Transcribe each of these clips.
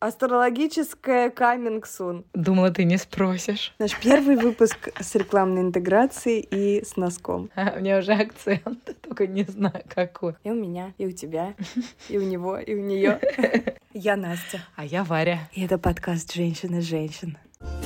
Астрологическая coming soon. Думала, ты не спросишь. Наш первый выпуск с рекламной интеграцией и с носком. У меня уже акцент, только не знаю какой. И у меня, и у тебя, и у него, и у нее. Я Настя. А я Варя. И это подкаст «Женщины женщин».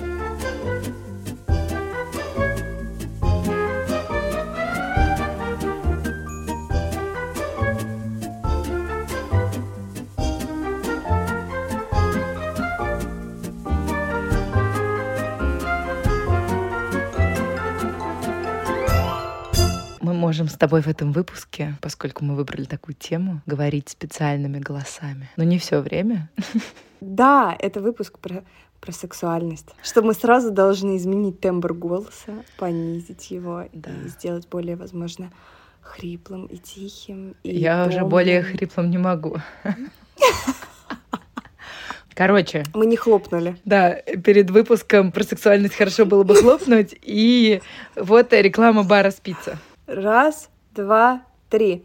Мы можем с тобой в этом выпуске, поскольку мы выбрали такую тему, говорить специальными голосами. Но не все время. Да, это выпуск про сексуальность. Что мы сразу должны изменить тембр голоса, понизить его и сделать более, возможно, хриплым и тихим. И я томным. уже более хриплым не могу. Короче. Мы не хлопнули. Да, перед выпуском про сексуальность хорошо было бы хлопнуть. И вот реклама бара «Спица». 1, 2, 3.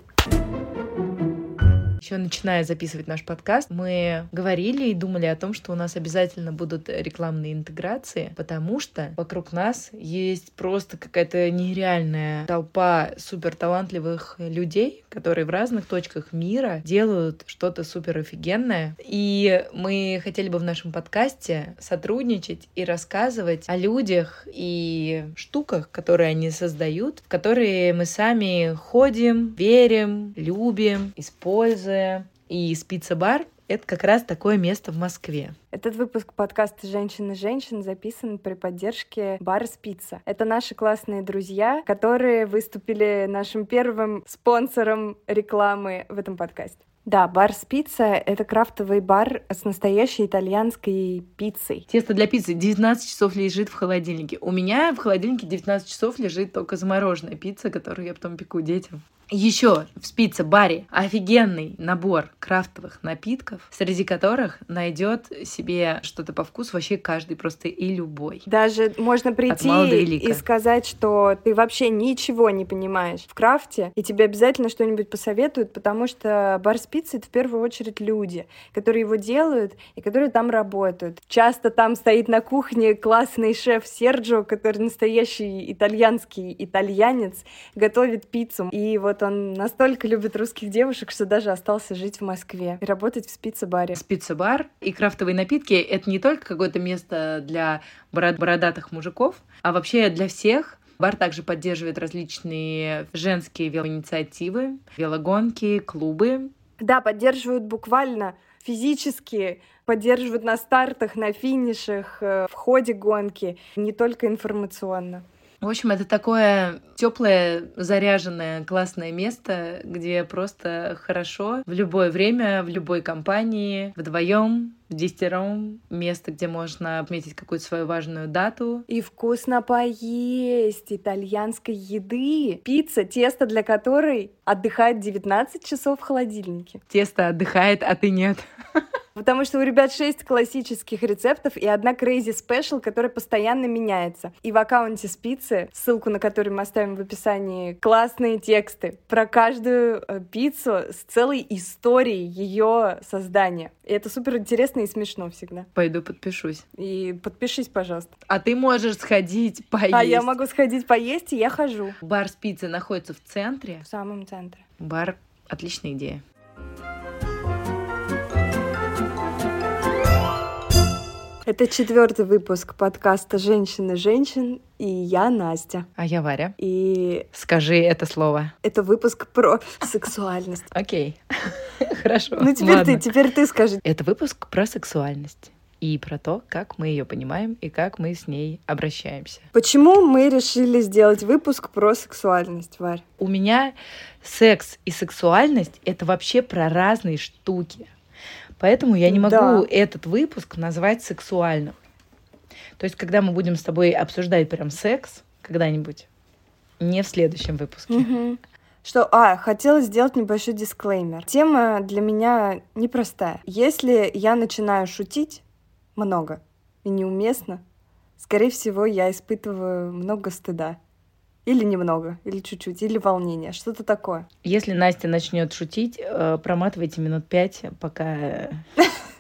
Еще начиная записывать наш подкаст, мы говорили и думали о том, что у нас обязательно будут рекламные интеграции, потому что вокруг нас есть просто какая-то нереальная толпа суперталантливых людей, которые в разных точках мира делают что-то супер офигенное. И мы хотели бы в нашем подкасте сотрудничать и рассказывать о людях и штуках, которые они создают, в которые мы сами ходим, верим, любим, используем. И «Спица-бар» — это как раз такое место в Москве. Этот выпуск подкаста «Женщины женщин» записан при поддержке бара «Спица». Это наши классные друзья, которые выступили нашим первым спонсором рекламы в этом подкасте. Да, бар «Спица» — это крафтовый бар с настоящей итальянской пиццей. Тесто для пиццы 19 часов лежит в холодильнике. У меня в холодильнике 19 часов лежит только замороженная пицца, которую я потом пеку детям. Еще в «Спица-баре» офигенный набор крафтовых напитков, среди которых найдет себе что-то по вкусу вообще каждый, просто и любой. Даже можно прийти и сказать, что ты вообще ничего не понимаешь в крафте, и тебе обязательно что-нибудь посоветуют, потому что бар «Спица» — это в первую очередь люди, которые его делают и которые там работают. Часто там стоит на кухне классный шеф Серджио, который настоящий итальянский итальянец, готовит пиццу. И вот он настолько любит русских девушек, что даже остался жить в Москве и работать в «Спица-баре». «Спица-бар» и крафтовые напитки — это не только какое-то место для бородатых мужиков, а вообще для всех. Бар также поддерживает различные женские велоинициативы, велогонки, клубы. Да, поддерживают буквально физически, поддерживают на стартах, на финишах, в ходе гонки, не только информационно. В общем, это такое теплое, заряженное, классное место, где просто хорошо в любое время, в любой компании, вдвоем, вдесятером, место, где можно отметить какую-то свою важную дату. И вкусно поесть итальянской еды. Пицца, тесто для которой отдыхает 19 часов в холодильнике. Тесто отдыхает, а ты нет. Потому что у ребят 6 классических рецептов и одна crazy special, которая постоянно меняется. И в аккаунте «Спицы», ссылку на который мы оставим в описании, классные тексты про каждую пиццу с целой историей ее создания. И это супер интересно и смешно всегда. Пойду подпишусь. И подпишись, пожалуйста. А ты можешь сходить поесть. А я могу сходить поесть, и я хожу. Бар «Спицы» находится в центре. В самом центре. Бар — отличная идея. Это 4-й выпуск подкаста «Женщины женщин», и я Настя. А я Варя. И скажи это слово. Это выпуск про сексуальность. Окей, хорошо. Ну теперь ты скажи. Это выпуск про сексуальность и про то, как мы ее понимаем и как мы с ней обращаемся. Почему мы решили сделать выпуск про сексуальность, Варь? У меня секс и сексуальность — это вообще про разные штуки. Поэтому я не могу этот выпуск назвать сексуальным. То есть, когда мы будем с тобой обсуждать прям секс когда-нибудь, не в следующем выпуске. Угу. Хотела сделать небольшой дисклеймер. Тема для меня непростая. Если я начинаю шутить много и неуместно, скорее всего, я испытываю много стыда. Или немного, или чуть-чуть, или волнение, что-то такое. Если Настя начнет шутить, проматывайте минут 5, пока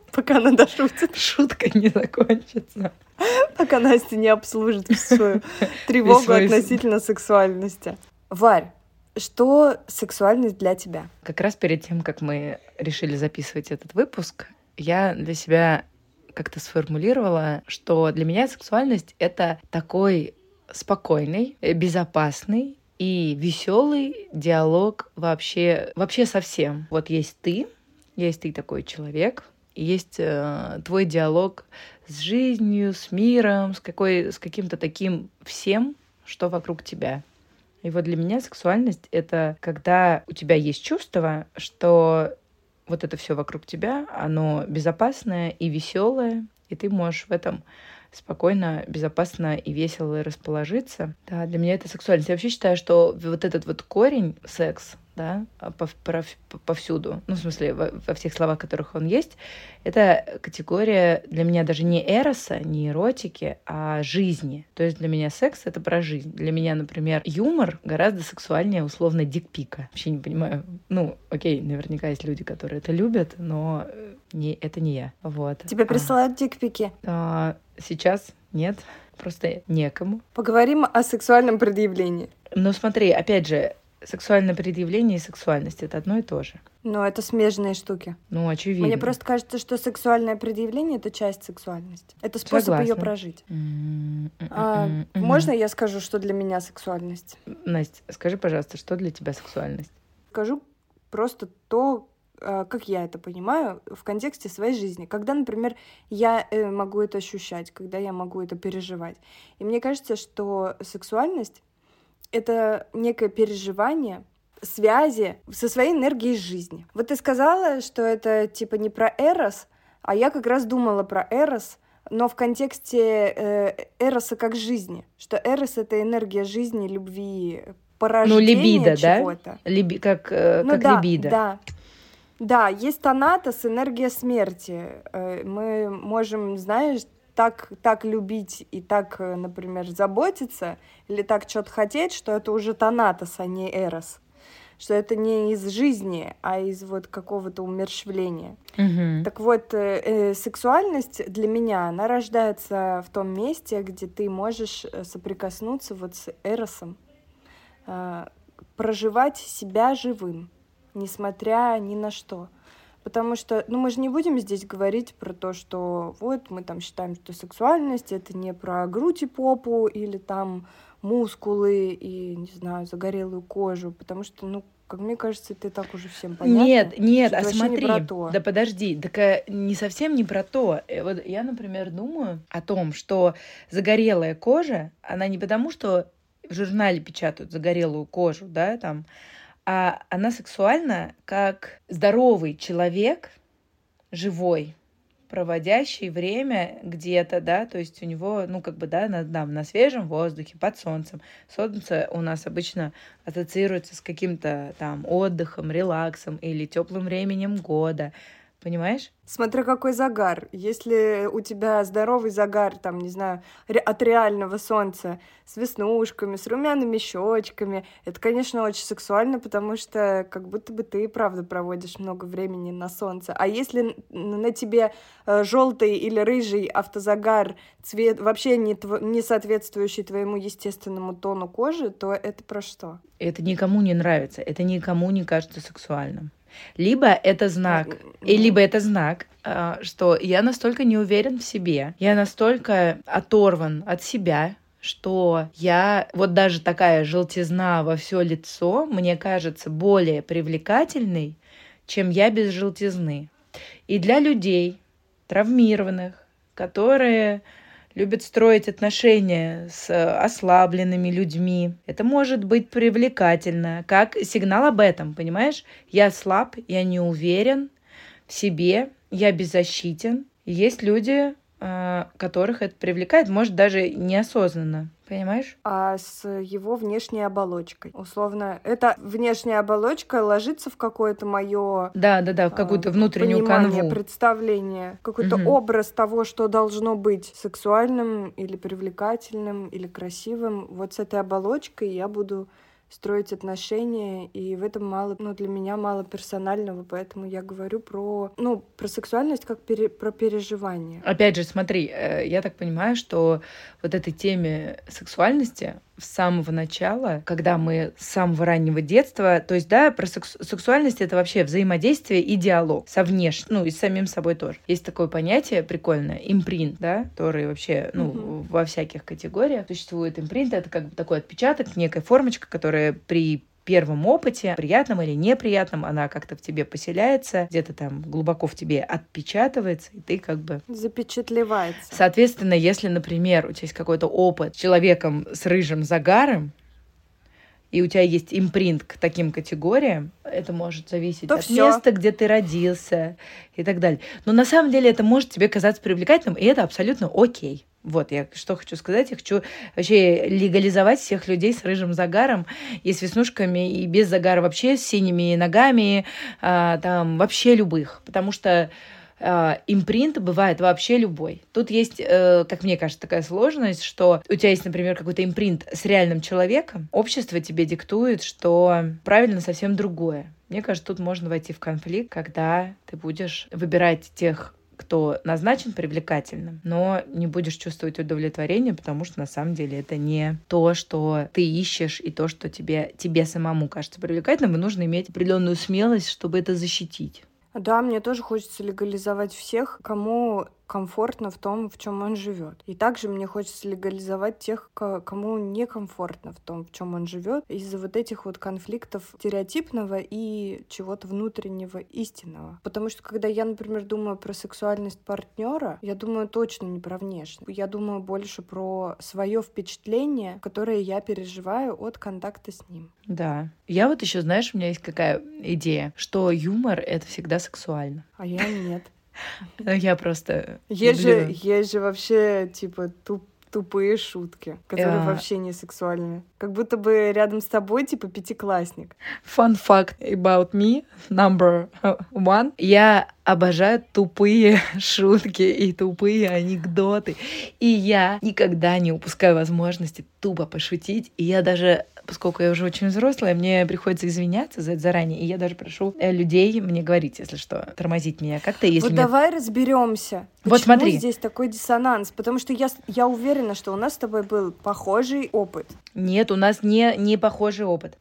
Пока она дошутит. Шутка не закончится. Пока Настя не обслужит свою тревогу относительно сексуальности. Варь, что сексуальность для тебя? Как раз перед тем, как мы решили записывать этот выпуск, я для себя как-то сформулировала, что для меня сексуальность — это такой спокойный, безопасный и веселый диалог вообще со всем. Вот есть ты такой человек, и есть твой диалог с жизнью, с миром, с каким-то таким всем, что вокруг тебя. И вот для меня сексуальность — это когда у тебя есть чувство, что вот это все вокруг тебя, оно безопасное и веселое, и ты можешь в этом спокойно, безопасно и весело расположиться. Да, для меня это сексуальность. Я вообще считаю, что вот этот вот корень секс, да, повсюду, ну, в смысле, во всех словах, в которых он есть, это категория для меня даже не эроса, не эротики, а жизни. То есть для меня секс — это про жизнь. Для меня, например, юмор гораздо сексуальнее условно дикпика. Вообще не понимаю. Ну, окей, наверняка есть люди, которые это любят, но это не я. Вот. Тебе присылают дикпики? Сейчас нет, просто некому. Поговорим о сексуальном предъявлении. Ну, смотри, опять же, сексуальное предъявление и сексуальность — это одно и то же. Но это смежные штуки. Ну, очевидно. Мне просто кажется, что сексуальное предъявление — это часть сексуальности. Это способ ее прожить. Можно я скажу, что для меня сексуальность? Настя, скажи, пожалуйста, что для тебя сексуальность? Скажу просто то, как я это понимаю в контексте своей жизни. Когда, например, я могу это ощущать, когда я могу это переживать. И мне кажется, что сексуальность — это некое переживание связи со своей энергией жизни. Вот ты сказала, что это типа не про эрос, а я как раз думала про эрос, но в контексте эроса как жизни, что эрос — это энергия жизни, любви, порождения либидо, чего-то. Да? Как либидо. Да, есть танатос, энергия смерти. Мы можем, знаешь, так любить и так, например, заботиться или так что-то хотеть, что это уже танатос, а не эрос. Что это не из жизни, а из вот какого-то умерщвления. Угу. Так вот, сексуальность для меня, она рождается в том месте, где ты можешь соприкоснуться вот с эросом, проживать себя живым, несмотря ни на что. Потому что, мы же не будем здесь говорить про то, что вот мы там считаем, что сексуальность — это не про грудь и попу или там мускулы и, не знаю, загорелую кожу, потому что, как мне кажется, это так уже всем понятно. Нет, а смотри, да подожди, так не совсем не про то. Вот я, например, думаю о том, что загорелая кожа, она не потому, что в журнале печатают загорелую кожу, да, там, а она сексуальна как здоровый человек, живой, проводящий время где-то, да, то есть у него, на свежем воздухе, под солнцем. Солнце у нас обычно ассоциируется с каким-то там отдыхом, релаксом или теплым временем года. Понимаешь? Смотря какой загар. Если у тебя здоровый загар, там, не знаю, от реального солнца, с веснушками, с румяными щечками, это, конечно, очень сексуально, потому что как будто бы ты, правда, проводишь много времени на солнце. А если на тебе желтый или рыжий автозагар, цвет вообще не соответствующий твоему естественному тону кожи, то это про что? Это никому не нравится, это никому не кажется сексуальным. Либо это знак, что я настолько не уверен в себе, я настолько оторван от себя, что я, вот даже такая желтизна во все лицо, мне кажется более привлекательной, чем я без желтизны. И для людей, травмированных, которые любят строить отношения с ослабленными людьми. Это может быть привлекательно, как сигнал об этом, понимаешь? Я слаб, я не уверен в себе, я беззащитен. И есть люди, которых это привлекает, может, даже неосознанно. Понимаешь? А с его внешней оболочкой. Условно, эта внешняя оболочка ложится в какое-то мое... Да, в какую-то внутреннюю канву. Представление, какой-то образ того, что должно быть сексуальным или привлекательным, или красивым. Вот с этой оболочкой я буду строить отношения, и в этом мало, для меня мало персонального, поэтому я говорю про сексуальность как про переживание. Опять же, смотри, я так понимаю, что вот этой теме сексуальности с самого начала, когда мы с самого раннего детства, то есть, да, про сексуальность — это вообще взаимодействие и диалог со внешним, и с самим собой тоже. Есть такое понятие прикольное, импринт, да, который вообще, во всяких категориях существует. Импринт — это как бы такой отпечаток, некая формочка, которая при первом опыте, приятном или неприятном, она как-то в тебе поселяется, где-то там глубоко в тебе отпечатывается, и ты как бы... запечатлевается. Соответственно, если, например, у тебя есть какой-то опыт с человеком с рыжим загаром, и у тебя есть импринт к таким категориям, это может зависеть от места, где ты родился и так далее. Но на самом деле это может тебе казаться привлекательным, и это абсолютно окей. Вот, я что хочу сказать. Я хочу вообще легализовать всех людей с рыжим загаром и с веснушками, и без загара вообще, с синими ногами, там вообще любых. Потому что импринт бывает вообще любой. Тут есть, как мне кажется, такая сложность, что у тебя есть, например, какой-то импринт с реальным человеком, общество тебе диктует, что правильно совсем другое. Мне кажется, тут можно войти в конфликт, когда ты будешь выбирать тех, кто назначен привлекательным, но не будешь чувствовать удовлетворение, потому что на самом деле это не то, что ты ищешь, и то, что тебе самому кажется привлекательным, и нужно иметь определенную смелость, чтобы это защитить. Да, мне тоже хочется легализовать всех, кому комфортно в том, в чем он живет. И также мне хочется легализовать тех, кому некомфортно в том, в чем он живет, из-за вот этих вот конфликтов стереотипного и чего-то внутреннего истинного. Потому что когда я, например, думаю про сексуальность партнера, я думаю точно не про внешность. Я думаю больше про свое впечатление, которое я переживаю от контакта с ним. Да. Я вот еще, знаешь, у меня есть какая идея, что юмор — это всегда сексуально. А я нет. Я просто... Есть же вообще, типа, тупые шутки, которые вообще не сексуальные. Как будто бы рядом с тобой, типа, пятиклассник. Fun fact about me, number one. Я обожаю тупые шутки и тупые анекдоты. И я никогда не упускаю возможности тупо пошутить. И я даже, поскольку я уже очень взрослая, мне приходится извиняться за это заранее. И я даже прошу людей мне говорить, если что, тормозить меня как-то. Если вот давай разберемся. Вот почему смотри. Здесь такой диссонанс? Потому что я уверена, что у нас с тобой был похожий опыт. Нет, у нас не похожий опыт.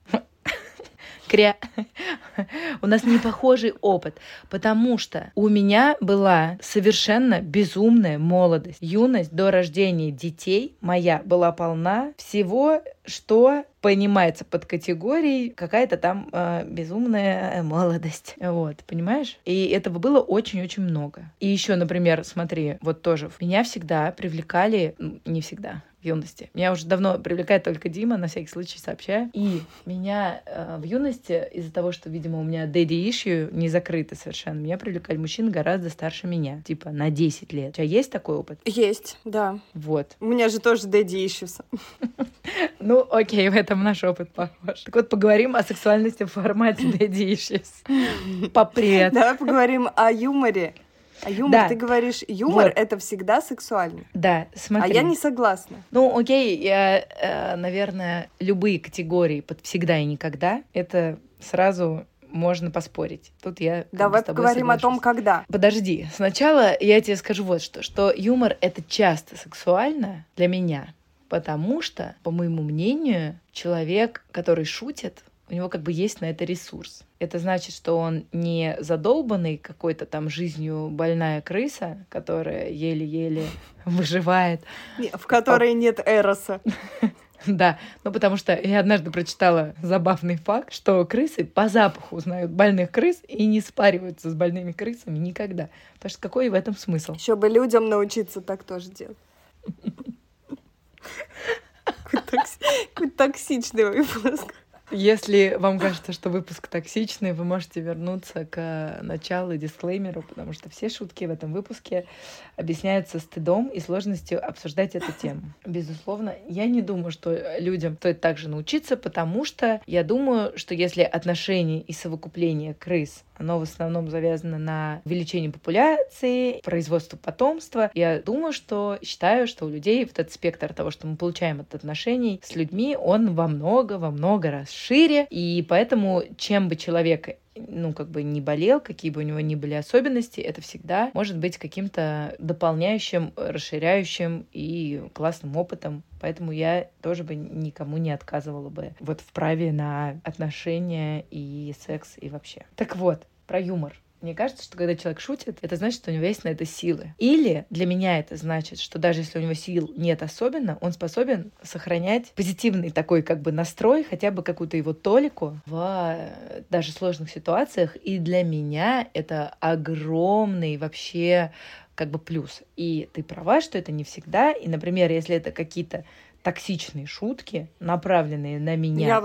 У нас не похожий опыт, потому что у меня была совершенно безумная молодость. Юность до рождения детей моя была полна всего, что понимается под категорией какая-то там безумная молодость. Вот, понимаешь? И этого было очень-очень много. И еще, например, смотри, вот тоже меня всегда привлекали, не всегда, в юности. Меня уже давно привлекает только Дима, на всякий случай сообщаю. И меня в юности, из-за того, что, видимо, у меня daddy issue не закрыты совершенно, меня привлекали мужчины гораздо старше меня, типа на 10 лет. У тебя есть такой опыт? Есть, да. Вот. У меня же тоже daddy issues. Ну, окей, в этом наш опыт похож. Так вот, поговорим о сексуальности в формате daddy issues. Привет. Давай поговорим о юморе. А юмор, да. Ты говоришь, юмор вот. Это всегда сексуально. Да, смотри. А я не согласна. Ну, окей, я, наверное, любые категории под всегда и никогда, это сразу можно поспорить. Тут я давай поговорим о том, когда. Подожди, сначала я тебе скажу вот что юмор — это часто сексуально для меня, потому что, по моему мнению, человек, который шутит, у него как бы есть на это ресурс. Это значит, что он не задолбанный какой-то там жизнью больная крыса, которая еле-еле выживает. В которой нет эроса. Да, потому что я однажды прочитала забавный факт, что крысы по запаху узнают больных крыс и не спариваются с больными крысами никогда. Потому что какой в этом смысл? Еще бы людям научиться так тоже делать. Какой токсичный выпуск. Если вам кажется, что выпуск токсичный, вы можете вернуться к началу и дисклеймеру, потому что все шутки в этом выпуске объясняются стыдом и сложностью обсуждать эту тему. Безусловно, я не думаю, что людям стоит также научиться, потому что я думаю, что если отношения и совокупление крыс оно в основном завязано на увеличении популяции, производству потомства. Я думаю, считаю, что у людей вот этот спектр того, что мы получаем от отношений с людьми, он во много раз шире, и поэтому чем бы человек не болел, какие бы у него ни были особенности, это всегда может быть каким-то дополняющим, расширяющим и классным опытом. Поэтому я тоже бы никому не отказывала бы вот в праве на отношения и секс и вообще. Так вот, про юмор. Мне кажется, что когда человек шутит, это значит, что у него есть на это силы. Или для меня это значит, что даже если у него сил нет особенно, он способен сохранять позитивный такой настрой, хотя бы какую-то его толику в даже сложных ситуациях. И для меня это огромный вообще плюс. И ты права, что это не всегда. И, например, если это какие-то токсичные шутки, направленные на меня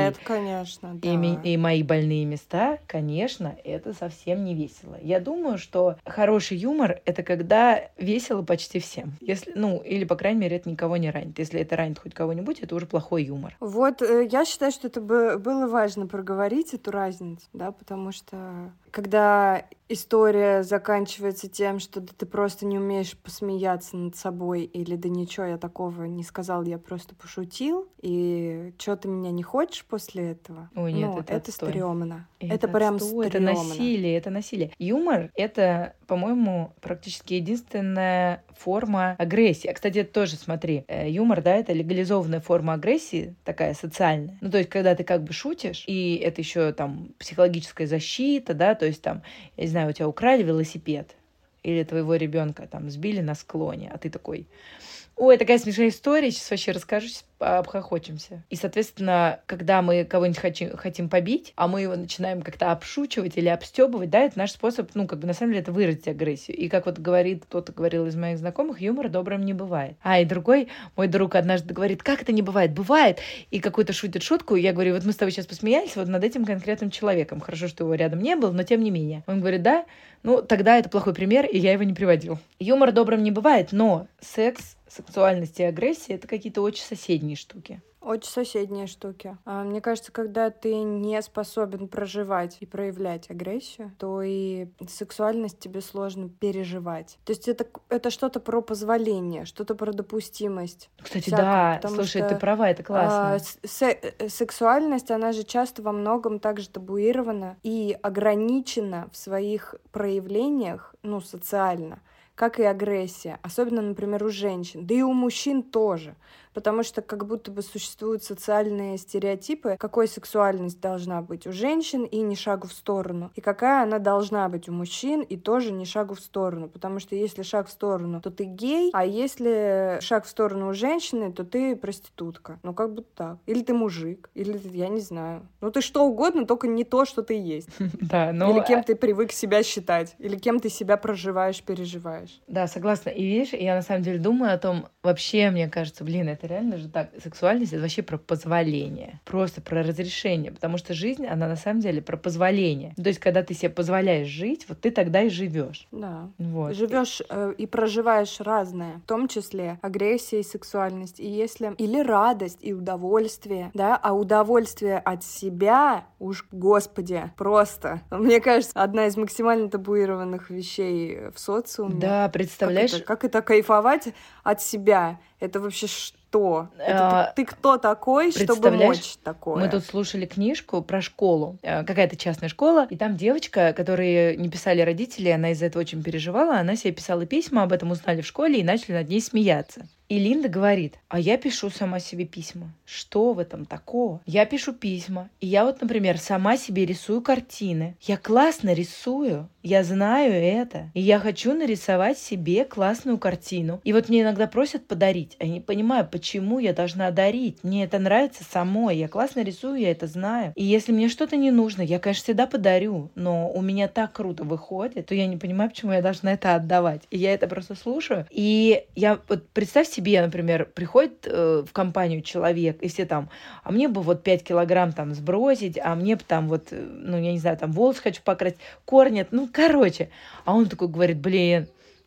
и мои больные места, конечно, это совсем не весело. Я думаю, что хороший юмор — это когда весело почти всем. Или, по крайней мере, это никого не ранит. Если это ранит хоть кого-нибудь, это уже плохой юмор. Вот, я считаю, что это было важно проговорить, эту разницу, да, потому что когда история заканчивается тем, что ты просто не умеешь посмеяться над собой, или да ничего, я такого не сказал, я просто пошутил, и что ты меня не хочешь после этого? Ой, нет, это стрёмно. Это прям стрёмно. Это насилие. Юмор — это, по-моему, практически единственная форма агрессии. А, кстати, это тоже, смотри, юмор, да, это легализованная форма агрессии, такая социальная. То есть, когда ты шутишь, и это еще психологическая защита, да, то есть я не знаю, у тебя украли велосипед, или твоего ребенка сбили на склоне, а ты такой: ой, такая смешная история, сейчас вообще расскажу, сейчас обхохочемся. И, соответственно, когда мы кого-нибудь хотим побить, а мы его начинаем как-то обшучивать или обстебывать, да, это наш способ, на самом деле, это выразить агрессию. И как кто-то говорил из моих знакомых, юмор добрым не бывает. И другой, мой друг однажды говорит: как это не бывает? Бывает. И какой-то шутит шутку, и я говорю: вот мы с тобой сейчас посмеялись вот над этим конкретным человеком. Хорошо, что его рядом не было, но тем не менее. Он говорит: да, тогда это плохой пример, и я его не приводил. Юмор добрым не бывает, но сексуальность и агрессия — это какие-то очень соседние штуки. Очень соседние штуки. Мне кажется, когда ты не способен проживать и проявлять агрессию, то и сексуальность тебе сложно переживать. То есть это что-то про позволение, что-то про допустимость. Кстати, да, слушай, ты права, это классно. Сексуальность, она же часто во многом также табуирована и ограничена в своих проявлениях, социально, как и агрессия, особенно, например, у женщин, да и у мужчин тоже. Потому что как будто бы существуют социальные стереотипы, какой сексуальность должна быть у женщин и ни шагу в сторону, и какая она должна быть у мужчин и тоже ни шагу в сторону. Потому что если шаг в сторону, то ты гей, а если шаг в сторону у женщины, то ты проститутка. Как будто так. Или ты мужик, или я не знаю. Ты что угодно, только не то, что ты есть. Да, или кем ты привык себя считать, или кем ты себя проживаешь, переживаешь. Да, согласна. И видишь, я на самом деле думаю о том, вообще, мне кажется, это реально же так. Сексуальность — это вообще про позволение. Просто про разрешение. Потому что жизнь, она на самом деле про позволение. То есть, когда ты себе позволяешь жить, вот ты тогда и живешь. Да. Вот. Живешь и проживаешь разное. В том числе агрессия и сексуальность. Или радость и удовольствие. Да? А удовольствие от себя, уж, господи, просто. Мне кажется, одна из максимально табуированных вещей в социуме. Да, представляешь? Как это кайфовать от себя? Это вообще что? Ты кто такой, чтобы мочь такое? Мы тут слушали книжку про школу. Какая-то частная школа. И там девочка, которой не писали родители, она из-за этого очень переживала. Она себе писала письма, об этом узнали в школе и начали над ней смеяться. И Линда говорит: а я пишу сама себе письма. Что в этом такого? Я пишу письма. И я например, сама себе рисую картины. Я классно рисую. Я знаю это. И я хочу нарисовать себе классную картину. И мне иногда просят подарить. А я не понимаю, почему я должна дарить. Мне это нравится самой. Я классно рисую, я это знаю. И если мне что-то не нужно, я, конечно, всегда подарю. Но у меня так круто выходит, то я не понимаю, почему я должна это отдавать. И я это просто слушаю. И я представь себе, например, приходит в компанию человек, и все а мне бы 5 килограмм сбросить, а мне бы я не знаю, волосы хочу покрасить, корни, короче. А он такой говорит: блин,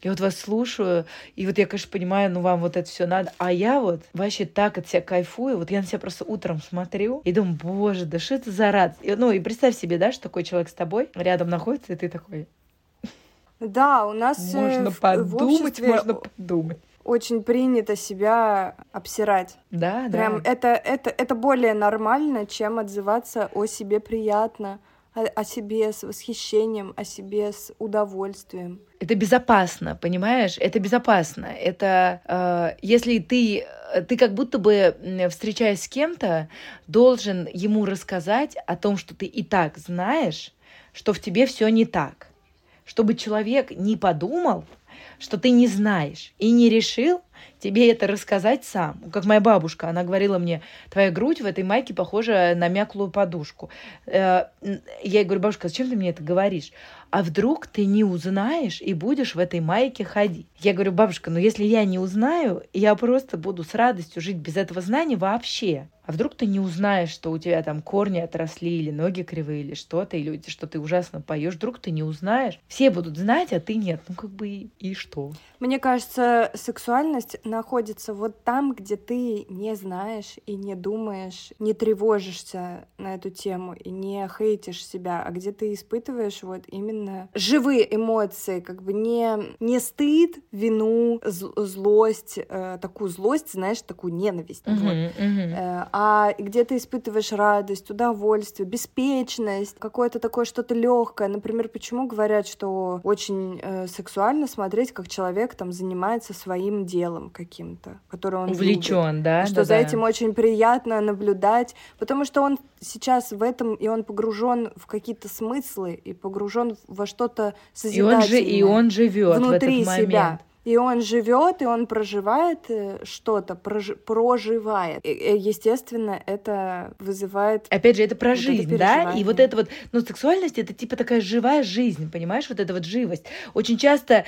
Я вот вас слушаю, и вот я, конечно, понимаю, ну вам вот это все надо, а я вот вообще так от себя кайфую, вот я на себя просто утром смотрю и думаю, боже, да что это за радость. Ну и представь себе, да, что такой человек с тобой рядом находится, и ты такой... Да, у нас можно подумать, можно подумать. Очень принято себя обсирать. Да, прям да. Это более нормально, чем отзываться о себе приятно, о себе с восхищением, о себе с удовольствием. Это безопасно, понимаешь? Это безопасно. Это если ты как будто бы, встречаясь с кем-то, должен ему рассказать о том, что ты и так знаешь, что в тебе все не так. Чтобы человек не подумал, что ты не знаешь и не решил тебе это рассказать сам. Как моя бабушка, она говорила мне, твоя грудь в этой майке похожа на мягкую подушку. Я ей говорю, бабушка, зачем ты мне это говоришь? А вдруг ты не узнаешь и будешь в этой майке ходить? Я говорю, бабушка, ну если я не узнаю, я просто буду с радостью жить без этого знания вообще. А вдруг ты не узнаешь, что у тебя там корни отросли, или ноги кривые, или что-то, или что ты ужасно поешь, вдруг ты не узнаешь. Все будут знать, а ты нет. Ну как бы и что? Мне кажется, сексуальность находится вот там, где ты не знаешь и не думаешь, не тревожишься на эту тему и не хейтишь себя, а где ты испытываешь вот именно живые эмоции, как бы не стыд, вину, злость, такую злость, знаешь, такую ненависть, а где ты испытываешь радость, удовольствие, беспечность, какое-то такое что-то легкое. Например, почему говорят, что очень сексуально смотреть, как человек там занимается своим делом каким-то, который он увлечен, любит. да? И что за этим очень приятно наблюдать, потому что он сейчас в этом, и он погружен в какие-то смыслы, и погружен во что-то созидательное. И он живет внутри в этот себя. момент. И он живет, и он проживает что-то, проживает. И, естественно, это вызывает... Опять же, это про вот жизнь, да? И вот это вот, ну, сексуальность — это типа такая живая жизнь, понимаешь? Вот эта вот живость. Очень часто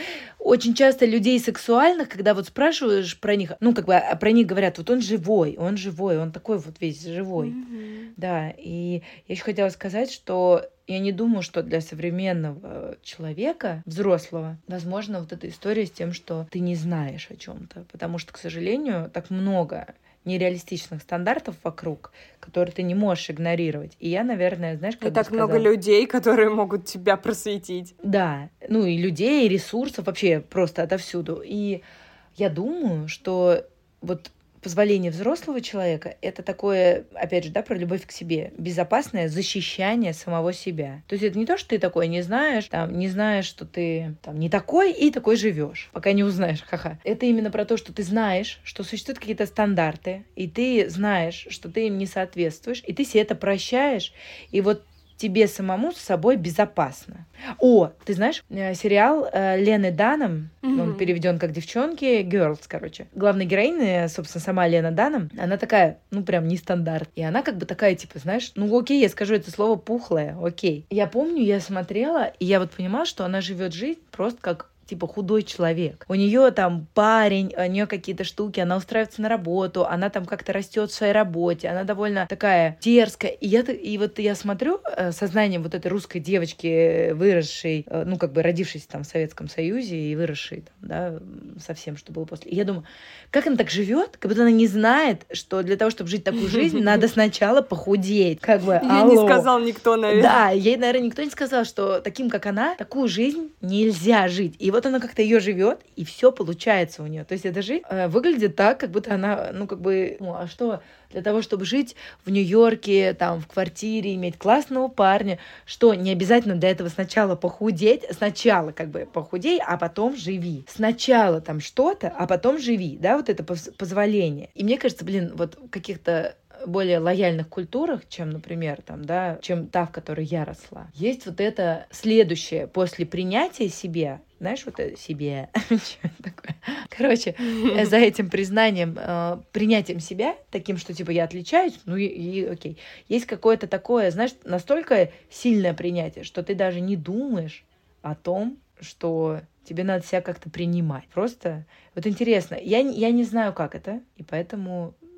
людей сексуальных, когда вот спрашиваешь про них, ну, как бы про них говорят, вот он живой, он такой вот весь живой. Mm-hmm. Да, и я еще хотела сказать, что я не думаю, что для современного человека, взрослого, возможно, вот эта история с тем, что ты не знаешь о чем-то. Потому что, к сожалению, так много нереалистичных стандартов вокруг, которые ты не можешь игнорировать. И я, наверное, знаешь, как и так много людей, которые могут тебя просветить. Да, ну и людей, и ресурсов вообще просто отовсюду. И я думаю, что вот позволение взрослого человека — это такое, опять же, да, про любовь к себе, безопасное защищание самого себя. То есть это не то, что ты такое не знаешь, что ты там не такой и такой живешь, пока не узнаешь, ха-ха. Это именно про то, что ты знаешь, что существуют какие-то стандарты, и ты знаешь, что ты им не соответствуешь, и ты себе это прощаешь, и вот тебе самому с собой безопасно. О, ты знаешь, сериал Лены Данном, он переведен как «Девчонки», «Girls», короче. Главная героиня, собственно, сама Лена Данном, она такая, ну, прям нестандарт. И она как бы такая, типа, знаешь, ну, окей, я скажу это слово пухлое, окей. Я помню, я смотрела, и я вот понимала, что она живет жизнь просто как типа худой человек. У нее там парень, у нее какие-то штуки, она устраивается на работу, она там как-то растет в своей работе, она довольно такая дерзкая. И вот я смотрю сознание вот этой русской девочки, выросшей, ну как бы родившейся там в Советском Союзе и выросшей там, да, со всем, что было после. И я думаю, как она так живет, как будто она не знает, что для того, чтобы жить такую жизнь, надо сначала похудеть. Как бы, ей не сказал никто, наверное. Да, ей, наверное, никто не сказал, что таким, как она, такую жизнь нельзя жить. И вот она как-то ее живет, и все получается у нее. То есть эта жизнь выглядит так, как будто она, ну, как бы, ну, а что, для того, чтобы жить в Нью-Йорке, там, в квартире, иметь классного парня, что не обязательно для этого сначала похудеть, сначала как бы похудей, а потом живи. Сначала там что-то, а потом живи, да, вот это позволение. И мне кажется, блин, вот в каких-то более лояльных культурах, чем, например, там, да, чем та, в которой я росла. Есть вот это следующее после принятия себя, знаешь, вот это себе, что такое? Короче, за этим признанием, принятием себя, таким, что типа я отличаюсь, ну и окей. Есть какое-то такое, знаешь, настолько сильное принятие, что ты даже не думаешь о том, что тебе надо себя как-то принимать. Просто вот интересно, я не знаю, как это, и поэтому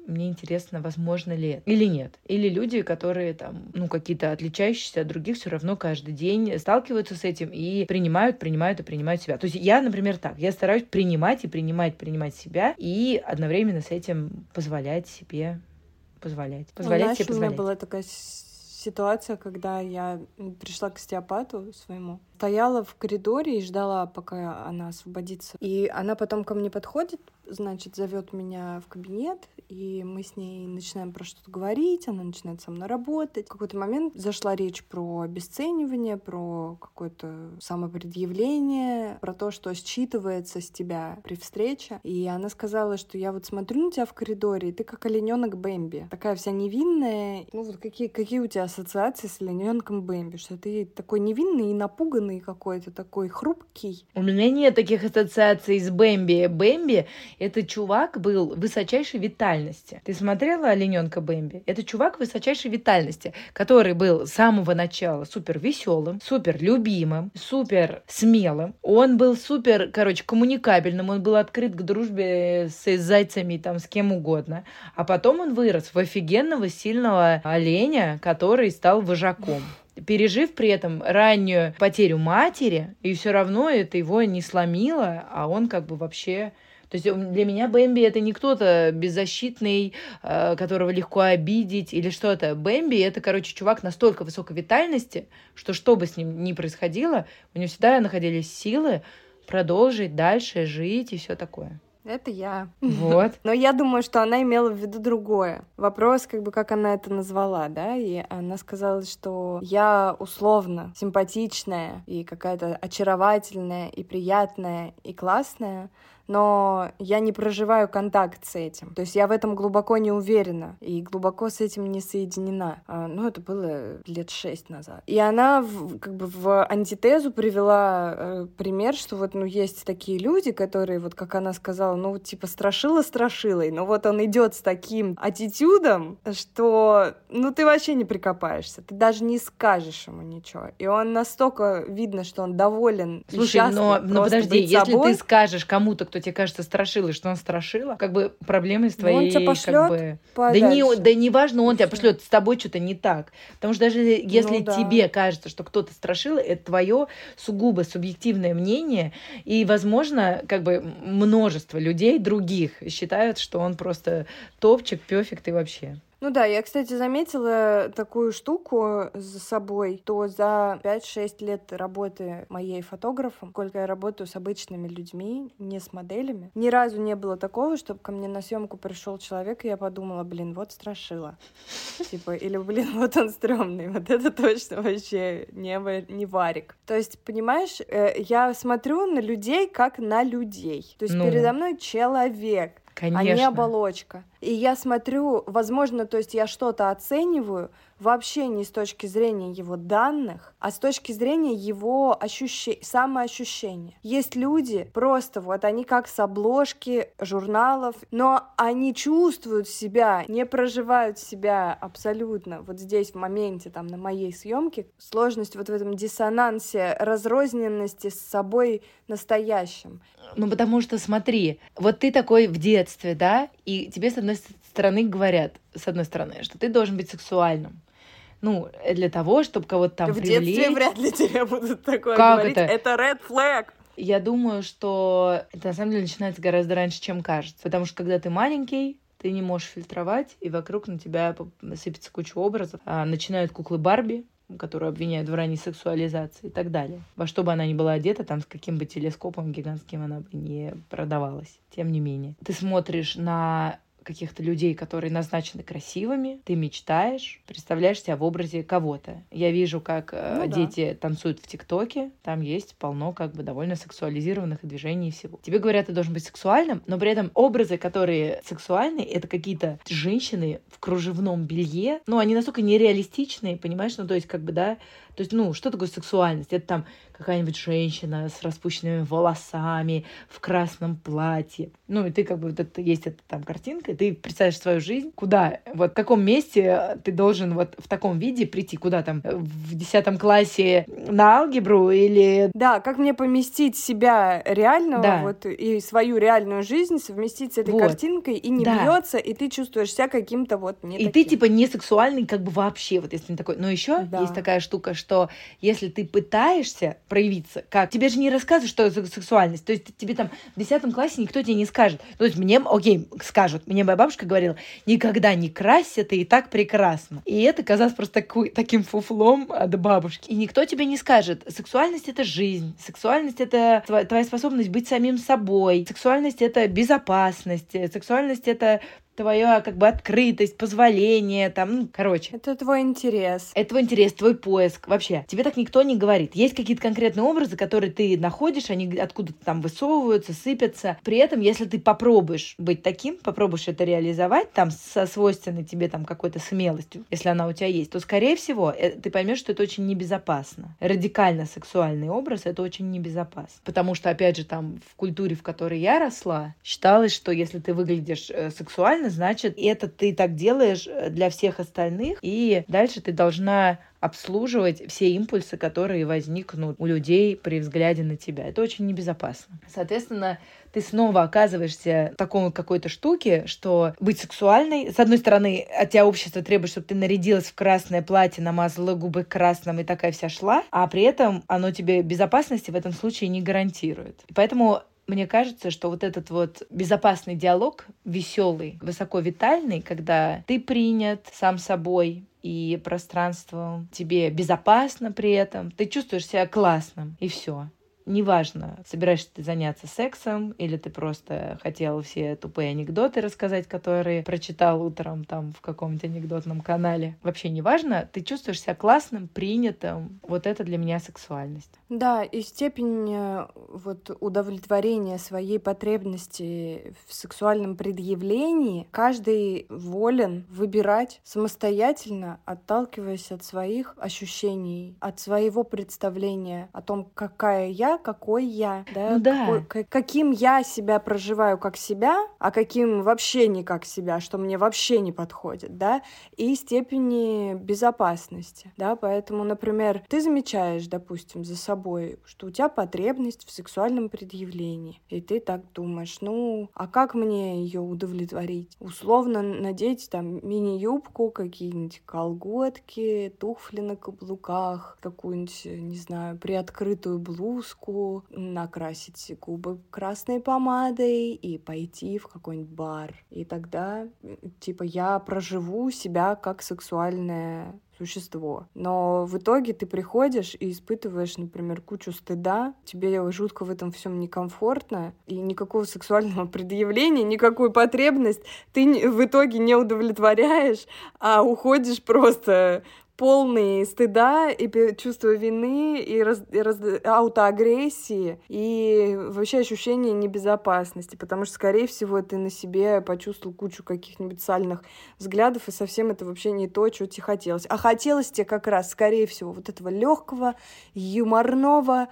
мне интересно, возможно ли это или нет. Или люди, которые там, какие-то отличающиеся от других, все равно каждый день сталкиваются с этим и принимают себя. То есть я, например, я стараюсь принимать себя и одновременно с этим позволять себе позволять. У меня была такая ситуация, когда я пришла к остеопату своему, стояла в коридоре и ждала, пока она освободится. И она потом ко мне подходит, значит, зовет меня в кабинет, и мы с ней начинаем про что-то говорить, она начинает со мной работать. В какой-то момент зашла речь про обесценивание, про какое-то самопредъявление, про то, что считывается с тебя при встрече. И она сказала, что я вот смотрю на тебя в коридоре, и ты как олененок Бэмби. Такая вся невинная. Какие у тебя ассоциации с олененком Бэмби? Что ты такой невинный и напуганный какой-то, такой хрупкий. У меня нет таких ассоциаций с Бэмби. Бэмби — это чувак был высочайшей витальности. Ты смотрела «Олененка Бэмби»? Это чувак высочайшей витальности, который был с самого начала супер веселым, супер любимым, супер смелым. Он был супер, коммуникабельным, он был открыт к дружбе с зайцами, с кем угодно. А потом он вырос в офигенного, сильного оленя, который стал вожаком, пережив при этом раннюю потерю матери, и все равно это его не сломило, а он вообще... То есть для меня Бэмби — это не кто-то беззащитный, которого легко обидеть или что-то. Бэмби — это, чувак настолько высокой витальности, что бы с ним ни происходило, у него всегда находились силы продолжить дальше жить и все такое. Это я. Вот. Но я думаю, что она имела в виду другое. Вопрос, как она это назвала, да? И она сказала, что я условно симпатичная и какая-то очаровательная и приятная и классная, но я не проживаю контакт с этим. То есть я в этом глубоко не уверена и глубоко с этим не соединена. Это было лет 6 назад. И она в антитезу привела пример, что есть такие люди, которые, как она сказала, страшила-страшилой, но он идет с таким аттитюдом, что, ты вообще не прикопаешься, ты даже не скажешь ему ничего. И он настолько видно, что он доволен. Слушай, но подожди, если ты скажешь кому-то, кто тебе кажется страшилой, что он страшила, проблемы с твоей... Он тебя пошлёт подальше. Да не важно, он тебя пошлет, с тобой что-то не так. Потому что даже если тебе кажется, что кто-то страшила, это твое сугубо субъективное мнение, и, возможно, множество людей других считают, что он просто топчик, пёфик ты вообще. Я, кстати, заметила такую штуку за собой, то за 5-6 лет работы моей фотографом, сколько я работаю с обычными людьми, не с моделями, ни разу не было такого, чтобы ко мне на съемку пришел человек, и я подумала, вот страшила. Или, вот он стрёмный, вот это точно вообще не варик. То есть, понимаешь, я смотрю на людей как на людей. То есть передо мной человек. Конечно. А не оболочка. И я смотрю, возможно, то есть я что-то оцениваю вообще не с точки зрения его данных, а с точки зрения его самоощущения. Есть люди, просто они как с обложки журналов, но они чувствуют себя, не проживают себя абсолютно здесь, в моменте, на моей съемке. Сложность в этом диссонансе, разрозненности с собой настоящим. Потому что, смотри, ты такой в детстве, да, и тебе, с одной стороны, говорят, что ты должен быть сексуальным. Для того, чтобы кого-то там привлечь. В детстве вряд ли тебе будут такое говорить. Это red flag. Я думаю, что это на самом деле начинается гораздо раньше, чем кажется. Потому что, когда ты маленький, ты не можешь фильтровать, и вокруг на тебя сыпется куча образов. Начинают куклы Барби, которую обвиняют в ранней сексуализации и так далее. Во что бы она ни была одета, с каким бы телескопом гигантским она бы не продавалась. Тем не менее. Ты смотришь на каких-то людей, которые назначены красивыми, ты мечтаешь, представляешь себя в образе кого-то. Я вижу, как дети танцуют в ТикТоке, там есть полно довольно сексуализированных движений и всего. Тебе говорят, ты должен быть сексуальным, но при этом образы, которые сексуальные, это какие-то женщины в кружевном белье, они настолько нереалистичные, понимаешь, то есть, что такое сексуальность? Это какая-нибудь женщина с распущенными волосами, в красном платье. Ну, и ты как бы, вот это, есть эта там картинка, и ты представляешь свою жизнь, куда, вот в каком месте ты должен вот в таком виде прийти, куда там, в 10 классе на алгебру или... Да, как мне поместить себя реального, вот, и свою реальную жизнь совместить с этой картинкой, и не бьется, и ты чувствуешь себя каким-то вот не таким. Ты типа не сексуальный как бы вообще, вот если не такой. Но еще есть такая штука, что если ты пытаешься проявиться, как тебе же не рассказывают, что это сексуальность. То есть тебе там в 10 классе никто тебе не скажет. То есть мне, скажут. Мне моя бабушка говорила, никогда не красься, ты и так прекрасно. И это казалось просто таким фуфлом от бабушки. И никто тебе не скажет, сексуальность — это жизнь, сексуальность — это твоя способность быть самим собой, сексуальность — это безопасность, сексуальность — это твоя как бы открытость, позволение, там, ну, короче. Это твой интерес. Это твой интерес, твой поиск. Вообще, тебе так никто не говорит. Есть какие-то конкретные образы, которые ты находишь, они откуда-то там высовываются, сыпятся. При этом, если ты попробуешь быть таким, попробуешь это реализовать, там, со свойственной тебе там какой-то смелостью, если она у тебя есть, то, скорее всего, ты поймешь, что это очень небезопасно. Радикально сексуальный образ — это очень небезопасно. Потому что, опять же, там, в культуре, в которой я росла, считалось, что если ты выглядишь сексуально, значит, это ты так делаешь для всех остальных, и дальше ты должна обслуживать все импульсы, которые возникнут у людей при взгляде на тебя. Это очень небезопасно. Соответственно, ты снова оказываешься в такой какой-то штуке, что быть сексуальной, с одной стороны, от тебя общество требует, чтобы ты нарядилась в красное платье, намазала губы красным и такая вся шла, а при этом оно тебе безопасности в этом случае не гарантирует. И поэтому мне кажется, что вот этот вот безопасный диалог, веселый, высоковитальный, когда ты принят сам собой и пространством, тебе безопасно при этом, ты чувствуешь себя классным, и все. Неважно, собираешься ты заняться сексом, или ты просто хотел все тупые анекдоты рассказать, которые прочитал утром там в каком-то анекдотном канале. Вообще неважно, ты чувствуешь себя классным, принятым. Вот это для меня сексуальность. Да, и степень вот удовлетворения своей потребности в сексуальном предъявлении каждый волен выбирать самостоятельно, отталкиваясь от своих ощущений, от своего представления о том, какая я, какой я, да, каким я себя проживаю как себя, а каким вообще не как себя, что мне вообще не подходит, да, и степени безопасности, да, поэтому, например, ты замечаешь, допустим, за собой, что у тебя потребность в сексуальном предъявлении, и ты так думаешь, ну, а как мне ее удовлетворить? Условно надеть там мини-юбку, какие-нибудь колготки, туфли на каблуках, какую-нибудь, не знаю, приоткрытую блузку, накрасить губы красной помадой и пойти в какой-нибудь бар. И тогда, типа, я проживу себя как сексуальное существо. Но в итоге ты приходишь и испытываешь, например, кучу стыда, тебе жутко в этом всем некомфортно, и никакого сексуального предъявления, никакую потребность ты в итоге не удовлетворяешь, а уходишь просто полный стыда и чувства вины, и аутоагрессии, и вообще ощущение небезопасности, потому что, скорее всего, ты на себе почувствовал кучу каких-нибудь сальных взглядов, и совсем это вообще не то, что тебе хотелось. А хотелось тебе как раз, скорее всего, вот этого легкого, юморного,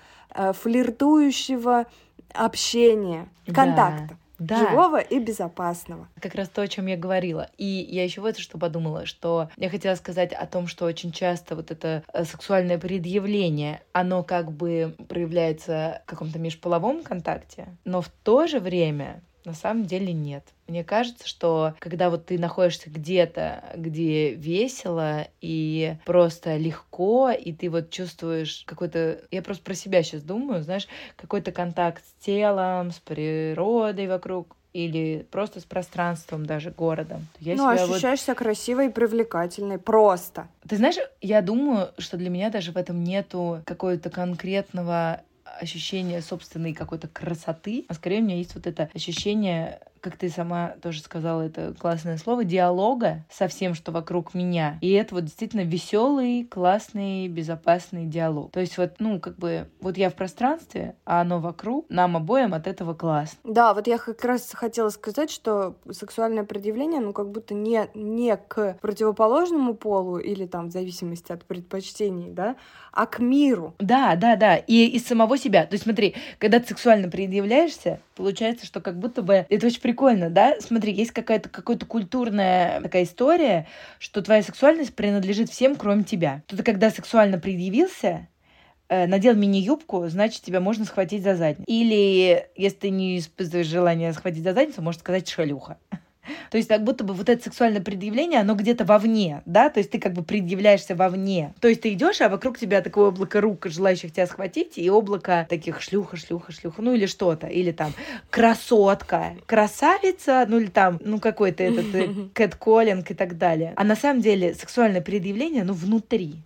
флиртующего общения, контакта. Да. Живого и безопасного. Как раз то, о чем я говорила. И я еще вот что подумала, что я хотела сказать о том, что очень часто вот это сексуальное предъявление, оно как бы проявляется в каком-то межполовом контакте, но в то же время на самом деле нет. Мне кажется, что когда вот ты находишься где-то, где весело и просто легко, и ты вот чувствуешь какой-то... Я просто про себя сейчас думаю, знаешь, какой-то контакт с телом, с природой вокруг, или просто с пространством даже, городом. Ощущаешь себя красивой и привлекательной. Просто. Ты знаешь, я думаю, что для меня даже в этом нету какого-то конкретного ощущение собственной какой-то красоты, а скорее у меня есть вот это ощущение как ты сама тоже сказала, это классное слово, диалога со всем, что вокруг меня. И это вот действительно веселый, классный, безопасный диалог. То есть вот, вот я в пространстве, а оно вокруг, нам обоим от этого классно. Да, вот я как раз хотела сказать, что сексуальное предъявление, как будто не к противоположному полу или там в зависимости от предпочтений, да, а к миру. Да, и из самого себя. То есть смотри, когда ты сексуально предъявляешься, получается, что как будто бы... Это очень прикольно, да? Смотри, есть какая-то культурная такая история, что твоя сексуальность принадлежит всем, кроме тебя. Ты когда сексуально предъявился, надел мини-юбку, значит, тебя можно схватить за задницу. Или, если ты не испытываешь желания схватить за задницу, можно сказать «шлюха». То есть как будто бы вот это сексуальное предъявление, оно где-то вовне, да, то есть ты как бы предъявляешься вовне. То есть ты идешь, а вокруг тебя такое облако рук, желающих тебя схватить, и облако таких шлюха, или что-то, или там красотка, красавица, или там, какой-то этот кэтколлинг и так далее. А на самом деле сексуальное предъявление, внутри.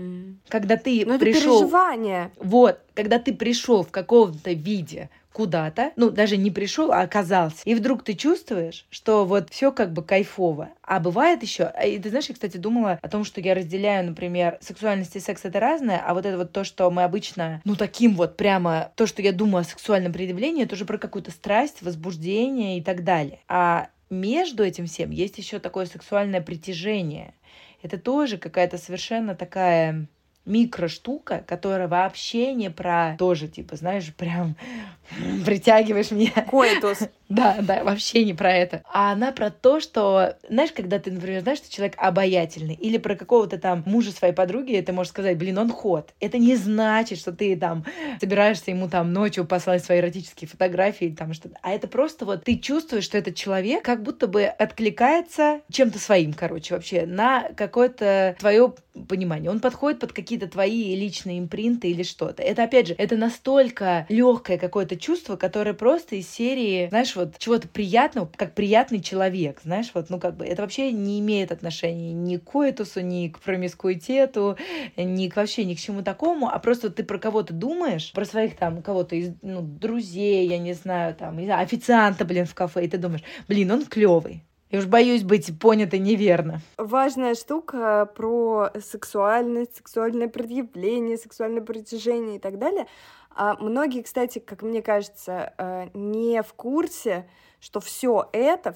Когда ты пришел... это переживание. Вот, когда ты пришел в каком-то виде куда-то, даже не пришел, а оказался. И вдруг ты чувствуешь, что вот все как бы кайфово. А бывает еще, и ты знаешь, я, кстати, думала о том, что я разделяю, например, сексуальность и секс — это разное, а вот это вот то, что мы обычно, таким вот прямо, то, что я думаю о сексуальном предъявлении, это уже про какую-то страсть, возбуждение и так далее. А между этим всем есть еще такое сексуальное притяжение. Это тоже какая-то совершенно такая микроштука, которая вообще не про тоже, знаешь, прям притягиваешь меня. Коитус. Да, вообще не про это. А она про то, что, знаешь, когда ты, например, знаешь, что человек обаятельный, или про какого-то там мужа своей подруги, ты можешь сказать, он хот. Это не значит, что ты там собираешься ему там ночью послать свои эротические фотографии, там что-то. А это просто вот ты чувствуешь, что этот человек как будто бы откликается чем-то своим, вообще, на какое-то твое понимание. Он подходит под какие-то твои личные импринты или что-то. Это, опять же, это настолько легкое какое-то чувство, которое просто из серии, знаешь, вот чего-то приятного, как приятный человек, знаешь, вот, это вообще не имеет отношения ни к коитусу, ни к промискуитету, вообще ни к чему такому, а просто ты про кого-то думаешь, про своих там кого-то из, друзей, я не знаю, там, официанта, в кафе, и ты думаешь, он клевый. Я уж боюсь быть понятой неверно. Важная штука про сексуальность, сексуальное предъявление, сексуальное притяжение и так далее. А многие, кстати, как мне кажется, не в курсе, что все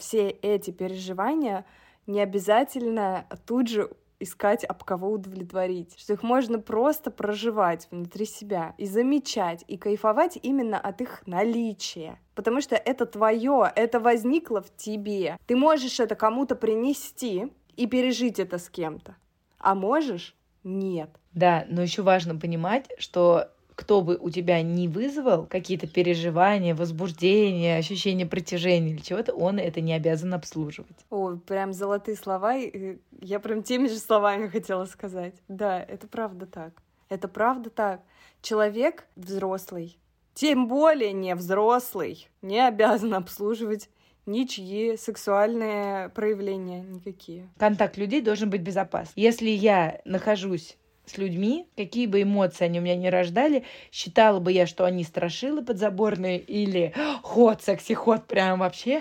эти переживания не обязательно тут же искать, об кого удовлетворить. Что их можно просто проживать внутри себя и замечать, и кайфовать именно от их наличия. Потому что это твое, это возникло в тебе. Ты можешь это кому-то принести и пережить это с кем-то. А можешь — нет. Да, но еще важно понимать, что кто бы у тебя не вызвал какие-то переживания, возбуждения, ощущение притяжения или чего-то, он это не обязан обслуживать. О, прям золотые слова. Я прям теми же словами хотела сказать. Да, это правда так. Это правда так. Человек взрослый, тем более не взрослый, не обязан обслуживать ничьи сексуальные проявления никакие. Контакт людей должен быть безопасным. Если я нахожусь с людьми, какие бы эмоции они у меня не рождали, считала бы я, что они страшилы подзаборные или ход, секси-ход прям вообще,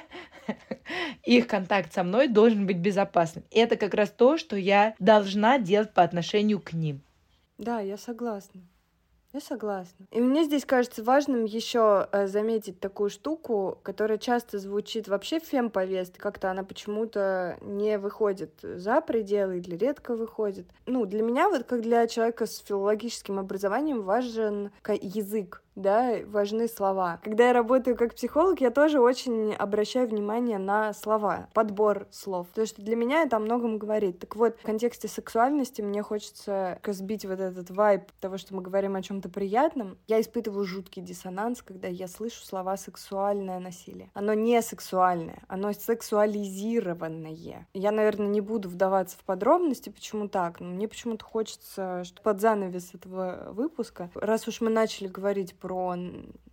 их контакт со мной должен быть безопасным. Это как раз то, что я должна делать по отношению к ним. Да, я согласна. Я согласна. И мне здесь кажется важным еще заметить такую штуку, которая часто звучит вообще в фемповестке, как-то она почему-то не выходит за пределы или редко выходит. Для меня, вот как для человека с филологическим образованием, важен язык. Да, важны слова. Когда я работаю как психолог, я тоже очень обращаю внимание на слова, подбор слов, потому что для меня это о многом говорит. Так вот, в контексте сексуальности мне хочется сбить вот этот вайб того, что мы говорим о чем-то приятном. Я испытываю жуткий диссонанс, когда я слышу слова «сексуальное насилие». Оно не сексуальное, оно сексуализированное. Я, наверное, не буду вдаваться в подробности, почему так, но мне почему-то хочется, что под занавес этого выпуска, раз уж мы начали говорить про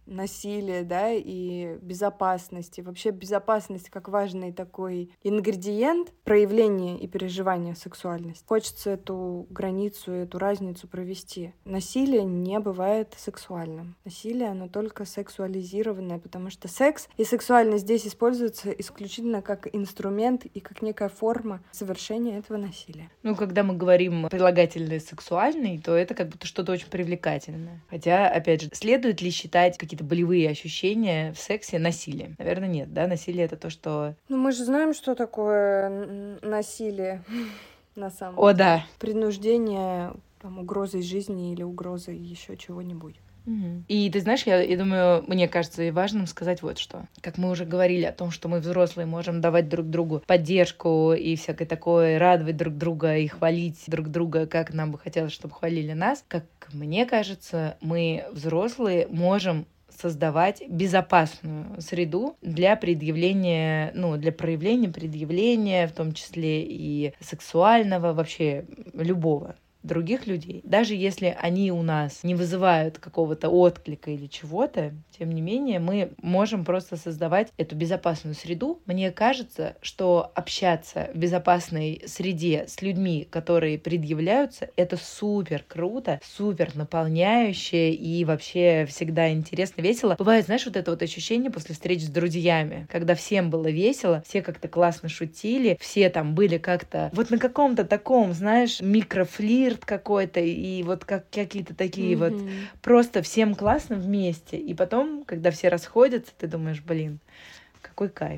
насилия, да, и безопасности. Вообще безопасность как важный такой ингредиент проявления и переживания сексуальности. Хочется эту границу, эту разницу провести. Насилие не бывает сексуальным. Насилие, оно только сексуализированное, потому что секс и сексуальность здесь используются исключительно как инструмент и как некая форма совершения этого насилия. Ну, когда мы говорим прилагательный сексуальный, то это как будто что-то очень привлекательное. Хотя, опять же, следует ли считать какие-то болевые ощущения в сексе насилием? Наверное, нет, да? Насилие — это то, что... Ну, мы же знаем, что такое насилие на самом деле. О, да. Принуждение, там, угрозой жизни или угрозой еще чего-нибудь. И ты знаешь, я думаю, мне кажется и важным сказать вот что. Как мы уже говорили о том, что мы взрослые можем давать друг другу поддержку и всякое такое, радовать друг друга и хвалить друг друга, как нам бы хотелось, чтобы хвалили нас. Как мне кажется, мы, взрослые, можем создавать безопасную среду для предъявления, для проявления, предъявления, в том числе и сексуального, вообще любого. Других людей, даже если они у нас не вызывают какого-то отклика или чего-то, тем не менее, мы можем просто создавать эту безопасную среду. Мне кажется, что общаться в безопасной среде с людьми, которые предъявляются, это супер круто, супер наполняюще и вообще всегда интересно, весело. Бывает, знаешь, вот это вот ощущение после встреч с друзьями, когда всем было весело, все как-то классно шутили, все там были как-то вот на каком-то таком, знаешь, микрофлирт какой-то, и вот как какие-то такие вот просто всем классно вместе. И потом, когда все расходятся, ты думаешь, блин, какой кайф.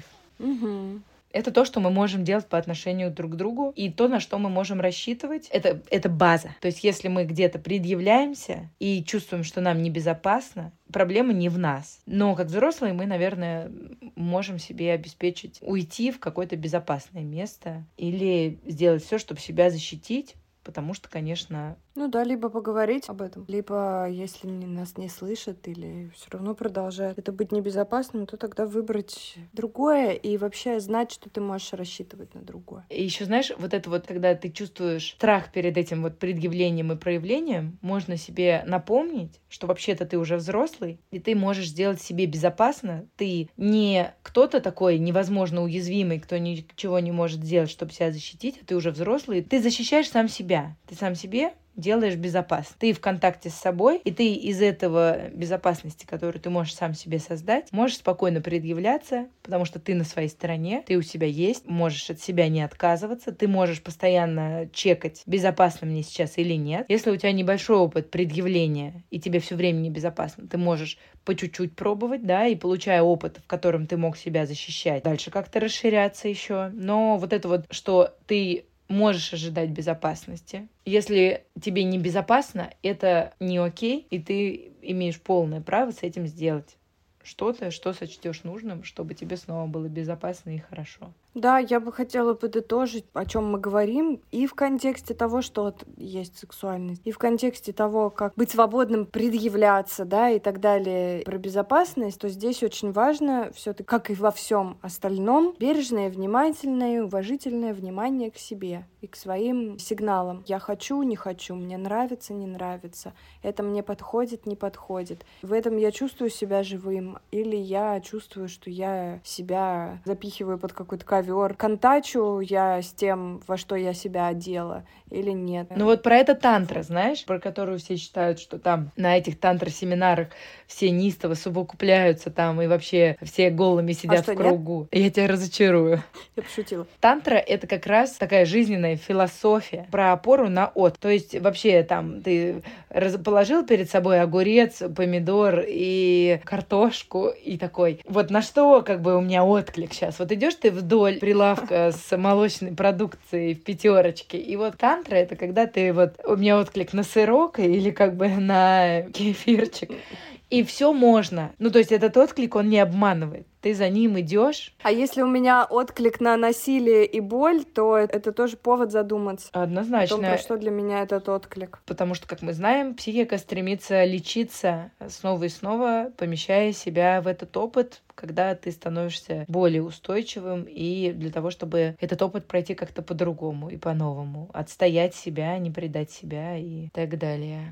Это то, что мы можем делать по отношению друг к другу, и то, на что мы можем рассчитывать, это база. То есть если мы где-то предъявляемся и чувствуем, что нам небезопасно, проблема не в нас. Но как взрослые мы, наверное, можем себе обеспечить уйти в какое-то безопасное место или сделать все, чтобы себя защитить, потому что, конечно... Ну да, либо поговорить об этом, либо, если нас не слышат или все равно продолжают это быть небезопасным, то тогда выбрать другое и вообще знать, что ты можешь рассчитывать на другое. И еще, знаешь, вот это вот, когда ты чувствуешь страх перед этим вот предъявлением и проявлением, можно себе напомнить, что вообще-то ты уже взрослый, и ты можешь сделать себе безопасно. Ты не кто-то такой невозможно уязвимый, кто ничего не может сделать, чтобы себя защитить, а ты уже взрослый. Ты защищаешь сам себя. Ты сам себе делаешь безопасно. Ты в контакте с собой, и ты из этого безопасности, которую ты можешь сам себе создать, можешь спокойно предъявляться, потому что ты на своей стороне, ты у себя есть, можешь от себя не отказываться, ты можешь постоянно чекать, безопасно мне сейчас или нет. Если у тебя небольшой опыт предъявления, и тебе все время небезопасно, ты можешь по чуть-чуть пробовать, да, и получая опыт, в котором ты мог себя защищать, дальше как-то расширяться еще. Но вот это вот, что ты можешь ожидать безопасности. Если тебе не безопасно, это не окей, и ты имеешь полное право с этим сделать что-то, что сочтешь нужным, чтобы тебе снова было безопасно и хорошо. Да, я бы хотела подытожить, о чем мы говорим, и в контексте того, что вот есть сексуальность, и в контексте того, как быть свободным, предъявляться, да, и так далее, про безопасность, то здесь очень важно все-таки, как и во всем остальном, бережное, внимательное, уважительное внимание к себе и к своим сигналам. Я хочу, не хочу, мне нравится, не нравится, это мне подходит, не подходит. В этом я чувствую себя живым, или я чувствую, что я себя запихиваю под какой-то ковер, контачу я с тем, во что я себя одела, или нет. Ну вот про это тантра, знаешь, про которую все считают, что там на этих тантра-семинарах все неистово совокупляются там и вообще все голыми сидят в кругу. Нет? Я тебя разочарую. Я пошутила. Тантра — это как раз такая жизненная философия про опору на от. То есть вообще там ты положил перед собой огурец, помидор и картошку и такой, вот на что как бы у меня отклик сейчас. Вот идешь ты вдоль прилавка с молочной продукцией в пятерочке, и вот тантра — это когда ты вот, у меня отклик на сырок или как бы на кефирчик, и все можно. Ну, то есть этот отклик, он не обманывает. ты за ним идешь. А если у меня отклик на насилие и боль, то это тоже повод задуматься. Однозначно. О том, про что для меня этот отклик. Потому что, как мы знаем, психика стремится лечиться снова и снова, помещая себя в этот опыт, когда ты становишься более устойчивым, и для того, чтобы этот опыт пройти как-то по-другому и по-новому, отстоять себя, не предать себя и так далее.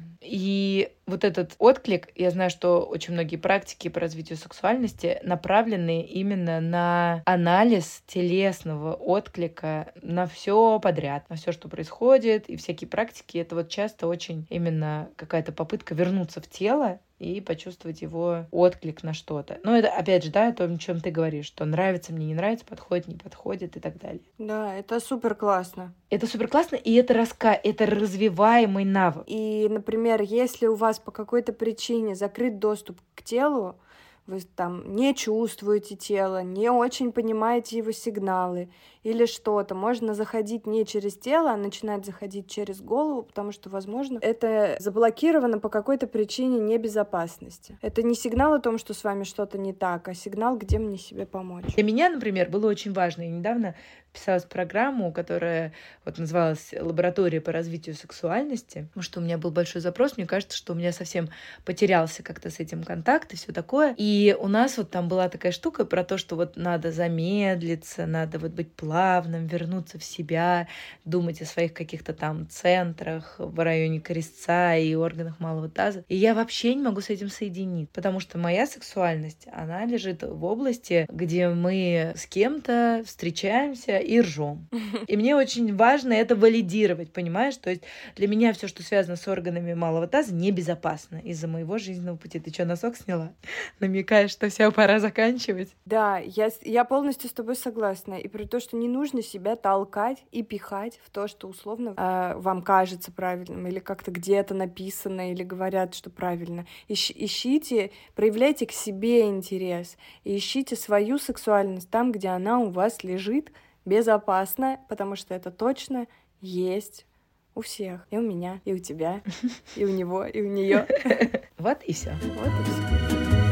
И вот этот отклик, я знаю, что очень многие практики по развитию сексуальности направлены именно на анализ телесного отклика на все подряд, на все, что происходит, и всякие практики. Это вот часто очень именно какая-то попытка вернуться в тело и почувствовать его отклик на что-то. Но это, опять же, да, о том, о чем ты говоришь, что нравится мне, не нравится, подходит, не подходит и так далее. Да, это супер классно. Это супер классно, и это это развиваемый навык. И, например, если у вас по какой-то причине закрыт доступ к телу, вы там не чувствуете тело, не очень понимаете его сигналы или что-то. Можно заходить не через тело, а начинать заходить через голову, потому что, возможно, это заблокировано по какой-то причине небезопасности. Это не сигнал о том, что с вами что-то не так, а сигнал, где мне себе помочь. Для меня, например, было очень важно. Я недавно вписалась в программу, которая вот называлась «Лаборатория по развитию сексуальности», потому что у меня был большой запрос. Мне кажется, что у меня совсем потерялся как-то с этим контакт и все такое. И у нас вот там была такая штука про то, что вот надо замедлиться, надо вот быть плавным, вернуться в себя, думать о своих каких-то там центрах в районе крестца и органах малого таза. И я вообще не могу с этим соединить, потому что моя сексуальность, она лежит в области, где мы с кем-то встречаемся и ржем. И мне очень важно это валидировать, понимаешь? То есть для меня все, что связано с органами малого таза, небезопасно из-за моего жизненного пути. Ты что, носок сняла? Намекаешь, что все, пора заканчивать? Да, я полностью с тобой согласна. И про то, что не нужно себя толкать и пихать в то, что условно вам кажется правильным, или как-то где-то написано, или говорят, что правильно. Ищите, проявляйте к себе интерес, и ищите свою сексуальность там, где она у вас лежит, безопасно, потому что это точно есть у всех. И у меня, и у тебя, и у него, и у нее. Вот и все. Вот и все.